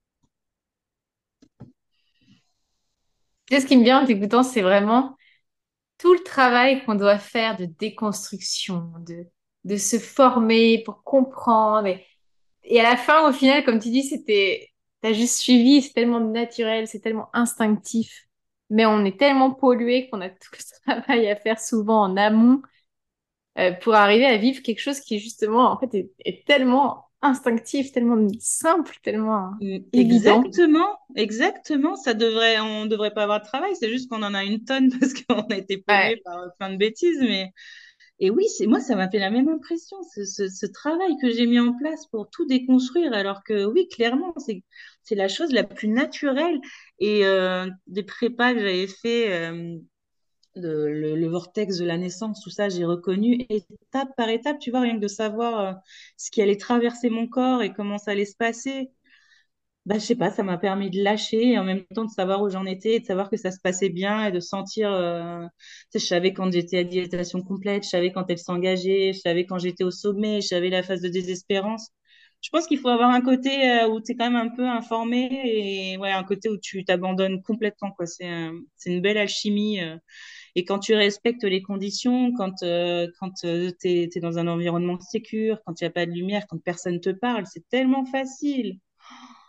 tu sais, ce qui me vient en t'écoutant, c'est vraiment tout le travail qu'on doit faire de déconstruction, de se former pour comprendre. Et à la fin, au final, comme tu dis, t'as juste suivi, c'est tellement naturel, c'est tellement instinctif. Mais on est tellement pollué qu'on a tout le travail à faire souvent en amont pour arriver à vivre quelque chose qui justement, en fait, est tellement instinctif, tellement simple, tellement évident. Exactement, exactement. On devrait pas avoir de travail. C'est juste qu'on en a une tonne parce qu'on a été pollué Ouais. par plein de bêtises. Mais et oui, c'est moi, ça m'a fait la même impression. Ce travail que j'ai mis en place pour tout déconstruire, alors que oui, clairement, c'est la chose la plus naturelle. Et des prépas que j'avais fait. Le vortex de la naissance, tout ça, j'ai reconnu étape par étape, tu vois, rien que de savoir ce qui allait traverser mon corps et comment ça allait se passer. Bah, je sais pas, ça m'a permis de lâcher et en même temps de savoir où j'en étais et de savoir que ça se passait bien et de sentir, tu sais, je savais quand j'étais à dilatation complète, je savais quand elle s'engageait, je savais quand j'étais au sommet, je savais la phase de désespérance. Je pense qu'il faut avoir un côté où tu es quand même un peu informé et ouais, un côté où tu t'abandonnes complètement, quoi. C'est une belle alchimie. Et quand tu respectes les conditions, quand tu es dans un environnement sécure, quand il n'y a pas de lumière, quand personne te parle, c'est tellement facile.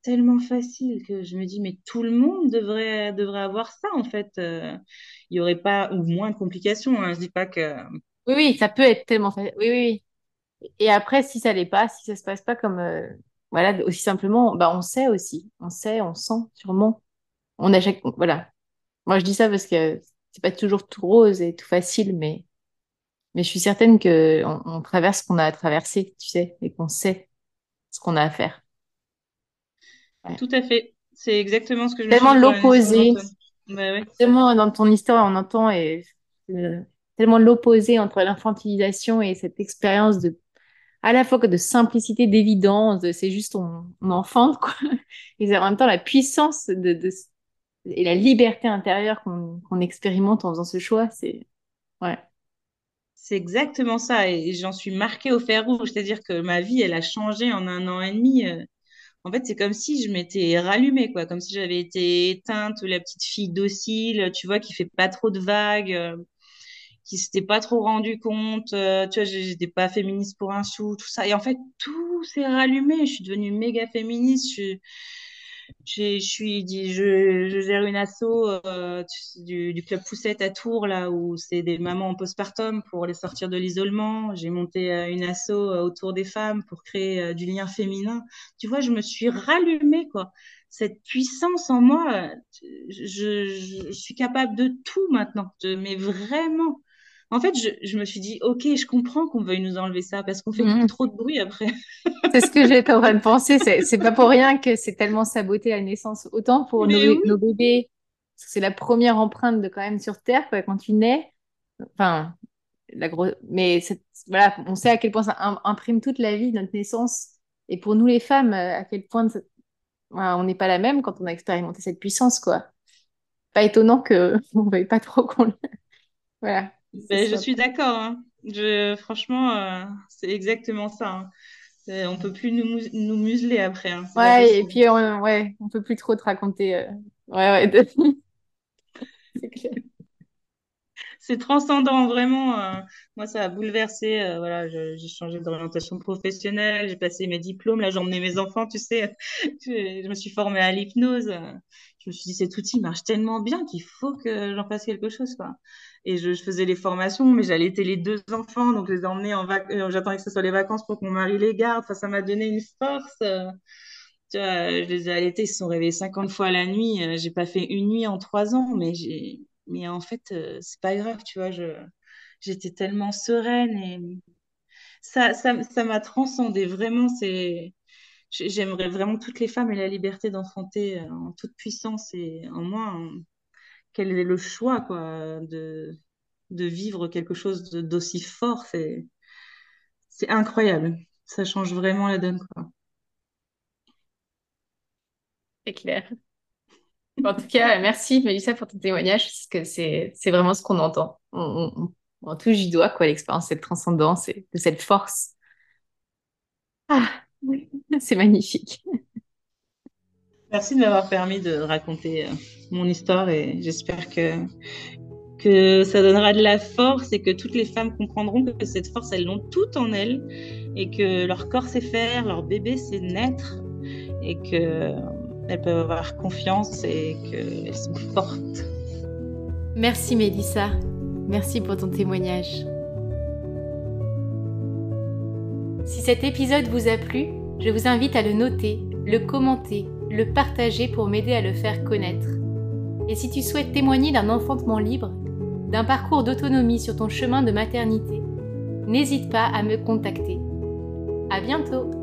tellement facile que je me dis, mais tout le monde devrait avoir ça, en fait. Il y aurait pas, ou moins de complications, hein. Je dis pas que... Oui, oui, ça peut être tellement facile. Oui, oui, oui. Et après, si ça l'est pas, si ça se passe pas comme, voilà, aussi simplement, bah, on sait aussi. On sait, on sent, sûrement. On a voilà. Moi, je dis ça parce que c'est pas toujours tout rose et tout facile, mais je suis certaine que on traverse ce qu'on a à traverser, tu sais, et qu'on sait ce qu'on a à faire. Ouais. Tout à fait. C'est exactement ce que je me suis Tellement dit pour la naissance l'opposé, d'Antoine. Ouais, ouais. tellement dans ton histoire, on entend euh, tellement l'opposé entre l'infantilisation et cette expérience de, à la fois que de simplicité, d'évidence, c'est juste on enfante, quoi. Et en même temps la puissance et la liberté intérieure qu'on expérimente en faisant ce choix, ouais. C'est exactement ça. Et j'en suis marquée au fer rouge. C'est-à-dire que ma vie, elle a changé en 1 an et demi. En fait, c'est comme si je m'étais rallumée, quoi. Comme si j'avais été éteinte, la petite fille docile, tu vois, qui fait pas trop de vagues, qui s'était pas trop rendu compte. Tu vois, j'étais pas féministe pour un sou, tout ça. Et en fait, tout s'est rallumé. Je suis devenue méga féministe. Je gère une asso du club Poussette à Tours, là, où c'est des mamans en postpartum pour les sortir de l'isolement. J'ai monté une asso autour des femmes pour créer du lien féminin. Tu vois, je me suis rallumée, quoi. Cette puissance en moi, je suis capable de tout maintenant. Mais vraiment. En fait, je me suis dit, OK, je comprends qu'on veuille nous enlever ça parce qu'on fait Mhm. trop de bruit après. C'est ce que j'étais en train de penser. C'est pas pour rien que c'est tellement saboté à la naissance. Autant pour Mais nos oui, bébés, parce que c'est la première empreinte de quand même sur Terre, quoi, quand tu nais. Enfin, mais voilà, on sait à quel point ça imprime toute la vie, notre naissance. Et pour nous les femmes, à quel point voilà, on n'est pas la même quand on a expérimenté cette puissance, quoi. Pas étonnant que on veuille pas trop voilà, ce ben, je soit. suis d'accord, hein. Franchement, c'est exactement ça, hein. On peut plus nous museler après, hein. C'est pas Ouais, et possible. puis on peut plus trop te raconter. Ouais, ouais, c'est clair. C'est transcendant, vraiment. Moi, ça a bouleversé. Voilà, j'ai changé d'orientation professionnelle, j'ai passé mes diplômes. Là, j'ai emmené mes enfants, tu sais. Je me suis formée à l'hypnose. Je me suis dit, cet outil marche tellement bien qu'il faut que j'en fasse quelque chose, quoi. Et je faisais les formations, mais j'allaitais les 2 enfants, donc je les ai emmenés en vacances. J'attendais que ce soit les vacances pour que mon mari les garde. Enfin, ça m'a donné une force. Tu vois, je les ai allaités, ils se sont réveillés 50 fois la nuit. J'ai pas fait une nuit en 3 ans, mais en fait, c'est pas grave, tu vois. J'étais tellement sereine et ça m'a transcendée. Vraiment, j'aimerais vraiment que toutes les femmes aient la liberté d'enfanter en toute puissance et en moi, quel est le choix, quoi, de vivre quelque chose d'aussi fort. C'est incroyable. Ça change vraiment la donne, quoi. C'est clair. En tout cas, merci Mélissa pour ton témoignage, parce que c'est vraiment ce qu'on entend. On touche du doigt, quoi, l'expérience, cette transcendance et de cette force. Ah, oui, c'est magnifique. Merci de m'avoir permis de raconter mon histoire et j'espère que ça donnera de la force et que toutes les femmes comprendront que cette force, elles l'ont toutes en elles et que leur corps sait faire, leur bébé sait naître et qu'elles peuvent avoir confiance et qu'elles sont fortes. Merci Mélissa. Merci pour ton témoignage. Si cet épisode vous a plu, je vous invite à le noter, le commenter, le partager pour m'aider à le faire connaître. Et si tu souhaites témoigner d'un enfantement libre, d'un parcours d'autonomie sur ton chemin de maternité, n'hésite pas à me contacter. À bientôt!